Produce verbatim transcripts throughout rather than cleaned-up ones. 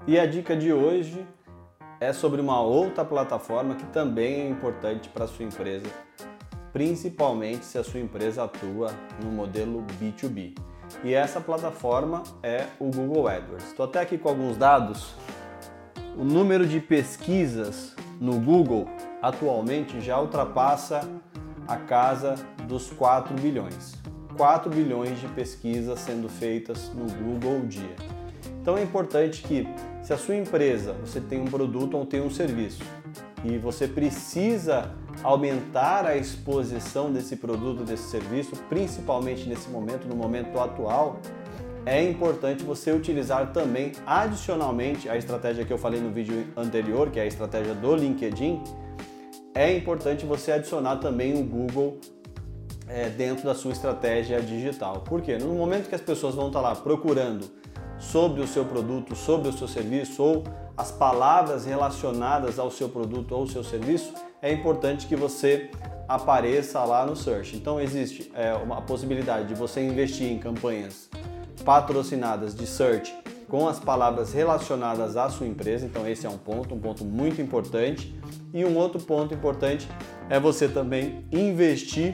E a dica de hoje é sobre uma outra plataforma que também é importante para a sua empresa, principalmente se a sua empresa atua no modelo B dois B. E essa plataforma é o Google AdWords. Estou até aqui com alguns dados. O número de pesquisas no Google atualmente já ultrapassa a casa dos quatro bilhões. quatro bilhões de pesquisas sendo feitas no Google dia. Então é importante que, se a sua empresa, você tem um produto ou tem um serviço e você precisa aumentar a exposição desse produto, desse serviço, principalmente nesse momento, no momento atual, é importante você utilizar também, adicionalmente, a estratégia que eu falei no vídeo anterior, que é a estratégia do LinkedIn. É importante você adicionar também o Google é, dentro da sua estratégia digital. Por quê? No momento que as pessoas vão estar lá procurando sobre o seu produto, sobre o seu serviço ou as palavras relacionadas ao seu produto ou seu serviço, é importante que você apareça lá no search. Então existe é, uma possibilidade de você investir em campanhas patrocinadas de search com as palavras relacionadas à sua empresa. Então esse é um ponto, um ponto muito importante. E um outro ponto importante é você também investir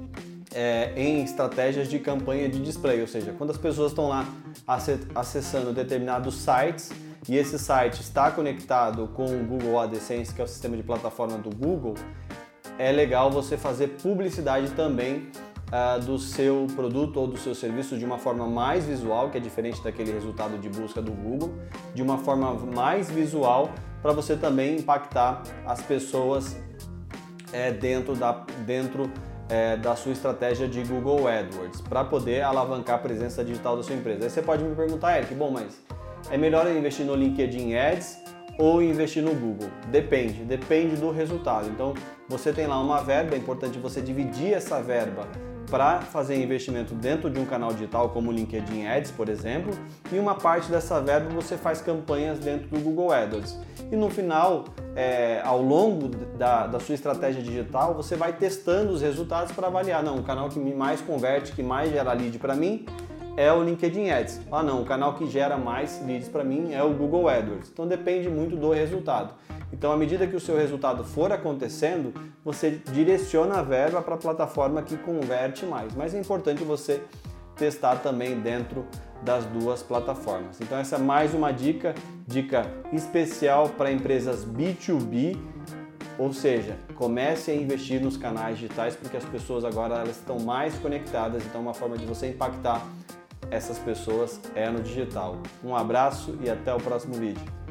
é, em estratégias de campanha de display, ou seja, quando as pessoas estão lá acessando determinados sites e esse site está conectado com o Google AdSense, que é o sistema de plataforma do Google, é legal você fazer publicidade também uh, do seu produto ou do seu serviço de uma forma mais visual, que é diferente daquele resultado de busca do Google, de uma forma mais visual, para você também impactar as pessoas é, dentro, da, dentro é, da sua estratégia de Google AdWords, para poder alavancar a presença digital da sua empresa. Aí você pode me perguntar, Eric, bom, mas é melhor eu investir no LinkedIn Ads ou investir no Google? Depende, depende do resultado. Então, você tem lá uma verba, é importante você dividir essa verba para fazer investimento dentro de um canal digital como o LinkedIn Ads, por exemplo, e uma parte dessa verba você faz campanhas dentro do Google AdWords. E no final, é, ao longo da, da sua estratégia digital, você vai testando os resultados para avaliar, não, o canal que mais converte, que mais gera lead para mim, é o LinkedIn Ads. Ah não, o canal que gera mais leads para mim é o Google AdWords. Então depende muito do resultado. Então, à medida que o seu resultado for acontecendo, você direciona a verba para a plataforma que converte mais. Mas é importante você testar também dentro das duas plataformas. Então essa é mais uma dica, dica especial para empresas B dois B, ou seja, comece a investir nos canais digitais, porque as pessoas agora elas estão mais conectadas, então uma forma de você impactar essas pessoas é no digital. Um abraço e até o próximo vídeo.